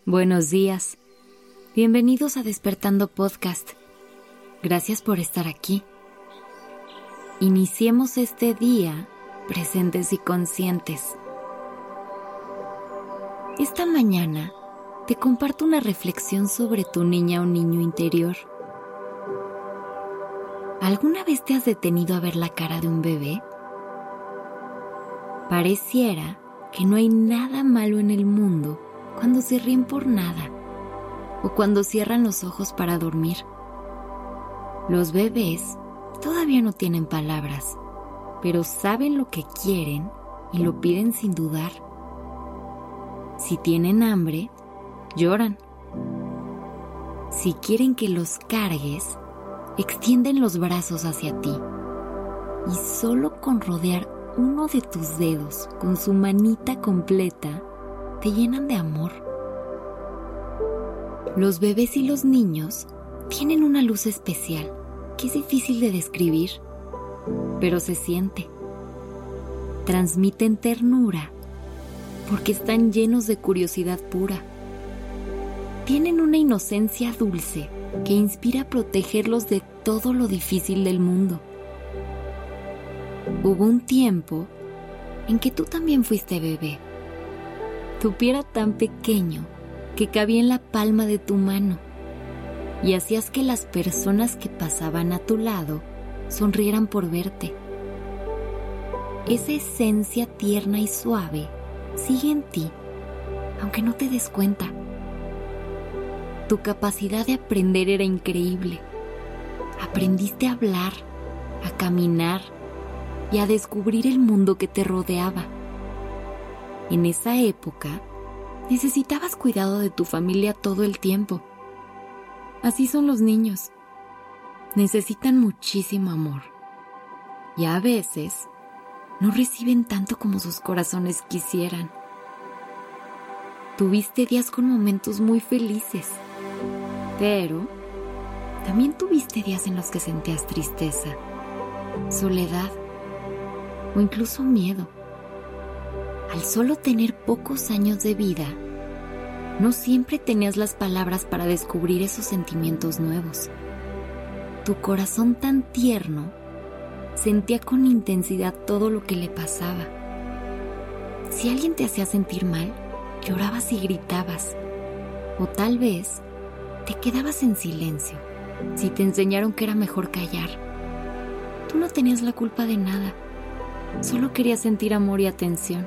Buenos días. Bienvenidos a Despertando Podcast. Gracias por estar aquí. Iniciemos este día presentes y conscientes. Esta mañana te comparto una reflexión sobre tu niña o niño interior. ¿Alguna vez te has detenido a ver la cara de un bebé? Pareciera que no hay nada malo en el mundo cuando se ríen por nada o cuando cierran los ojos para dormir. Los bebés todavía no tienen palabras, pero saben lo que quieren y lo piden sin dudar. Si tienen hambre, lloran. Si quieren que los cargues, extienden los brazos hacia ti. Y solo con rodear uno de tus dedos con su manita completa, te llenan de amor. Los bebés y los niños tienen una luz especial que es difícil de describir, pero se siente. Transmiten ternura porque están llenos de curiosidad pura. Tienen una inocencia dulce que inspira a protegerlos de todo lo difícil del mundo. Hubo un tiempo en que tú también fuiste bebé. Tu pie era tan pequeño que cabía en la palma de tu mano y hacías que las personas que pasaban a tu lado sonrieran por verte. Esa esencia tierna y suave sigue en ti, aunque no te des cuenta. Tu capacidad de aprender era increíble. Aprendiste a hablar, a caminar y a descubrir el mundo que te rodeaba. En esa época, necesitabas cuidado de tu familia todo el tiempo. Así son los niños. Necesitan muchísimo amor. Y a veces, no reciben tanto como sus corazones quisieran. Tuviste días con momentos muy felices, pero también tuviste días en los que sentías tristeza, soledad o incluso miedo. Al solo tener pocos años de vida, no siempre tenías las palabras para descubrir esos sentimientos nuevos. Tu corazón tan tierno sentía con intensidad todo lo que le pasaba. Si alguien te hacía sentir mal, llorabas y gritabas. O tal vez te quedabas en silencio si te enseñaron que era mejor callar. Tú no tenías la culpa de nada. Solo querías sentir amor y atención.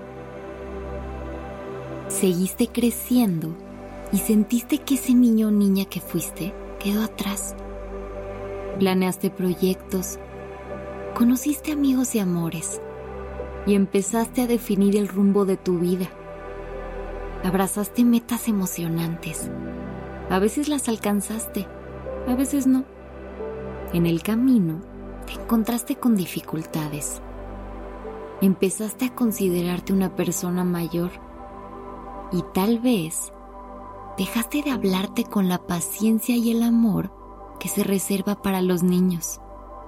Seguiste creciendo y sentiste que ese niño o niña que fuiste quedó atrás. Planeaste proyectos, conociste amigos y amores y empezaste a definir el rumbo de tu vida. Abrazaste metas emocionantes. A veces las alcanzaste, a veces no. En el camino te encontraste con dificultades. Empezaste a considerarte una persona mayor y tal vez dejaste de hablarte con la paciencia y el amor que se reserva para los niños.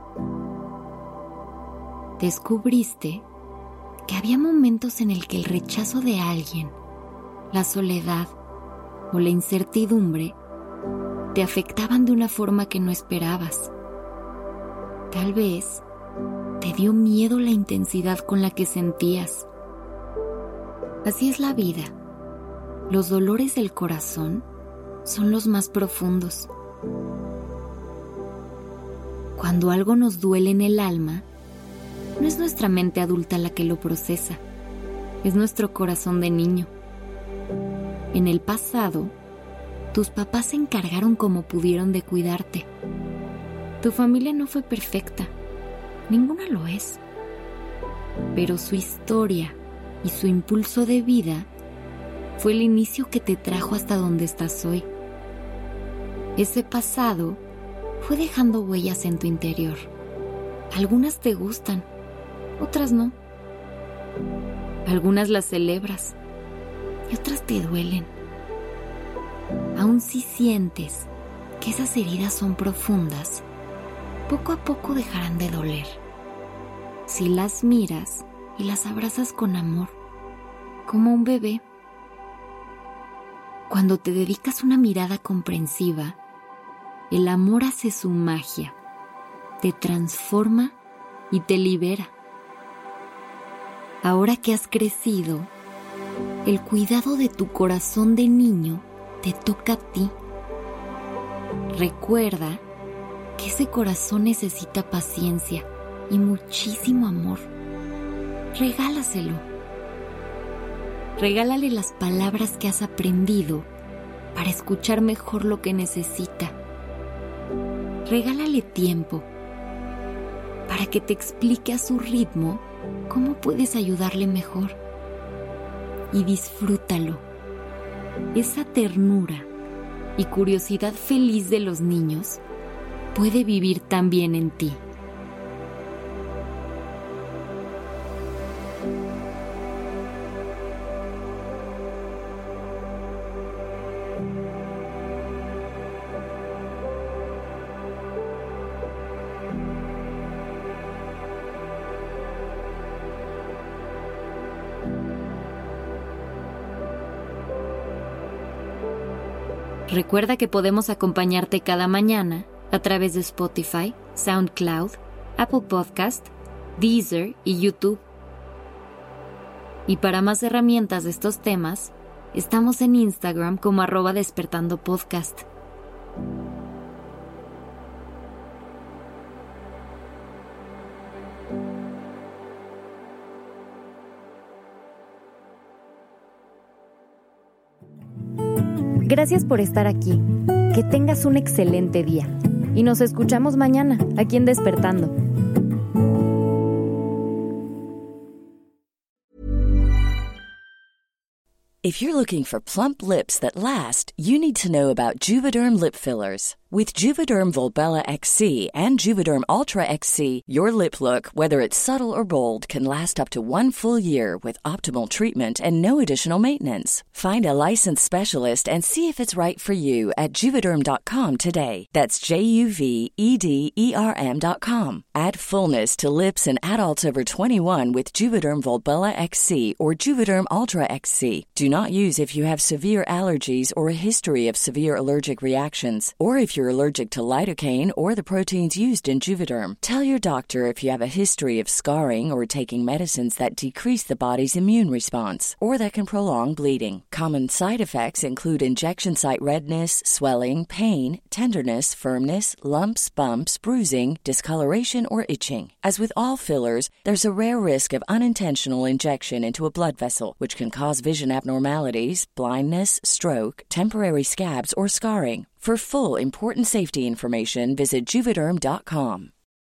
Descubriste que había momentos en el que el rechazo de alguien, la soledad o la incertidumbre te afectaban de una forma que no esperabas. Tal vez te dio miedo la intensidad con la que sentías. Así es la vida. Los dolores del corazón son los más profundos. Cuando algo nos duele en el alma, no es nuestra mente adulta la que lo procesa, es nuestro corazón de niño. En el pasado, tus papás se encargaron como pudieron de cuidarte. Tu familia no fue perfecta, ninguna lo es. Pero su historia y su impulso de vida fue el inicio que te trajo hasta donde estás hoy. Ese pasado fue dejando huellas en tu interior. Algunas te gustan, otras no. Algunas las celebras y otras te duelen. Aún si sientes que esas heridas son profundas, poco a poco dejarán de doler. Si las miras y las abrazas con amor, como un bebé. Cuando te dedicas una mirada comprensiva, el amor hace su magia, te transforma y te libera. Ahora que has crecido, el cuidado de tu corazón de niño te toca a ti. Recuerda que ese corazón necesita paciencia y muchísimo amor. Regálaselo. Regálale las palabras que has aprendido para escuchar mejor lo que necesita. Regálale tiempo para que te explique a su ritmo cómo puedes ayudarle mejor. Y disfrútalo. Esa ternura y curiosidad feliz de los niños puede vivir también en ti. Recuerda que podemos acompañarte cada mañana a través de Spotify, SoundCloud, Apple Podcast, Deezer y YouTube. Y para más herramientas de estos temas, estamos en Instagram como @despertandopodcast. Gracias por estar aquí. Que tengas un excelente día. Y nos escuchamos mañana, aquí en Despertando. If you're looking for plump lips that last, you need to know about Juvederm lip fillers. With Juvederm Volbella XC and Juvederm Ultra XC, your lip look, whether it's subtle or bold, can last up to 1 full year with optimal treatment and no additional maintenance. Find a licensed specialist and see if it's right for you at Juvederm.com today. That's JUVEDERM.com. Add fullness to lips in adults over 21 with Juvederm Volbella XC or Juvederm Ultra XC. Do not use if you have severe allergies or a history of severe allergic reactions, or if you're allergic to lidocaine or the proteins used in Juvederm. Tell your doctor if you have a history of scarring or taking medicines that decrease the body's immune response or that can prolong bleeding. Common side effects include injection site redness, swelling, pain, tenderness, firmness, lumps, bumps, bruising, discoloration, or itching. As with all fillers, there's a rare risk of unintentional injection into a blood vessel, which can cause vision abnormalities, blindness, stroke, temporary scabs, or scarring. For full, important safety information, visit Juvederm.com.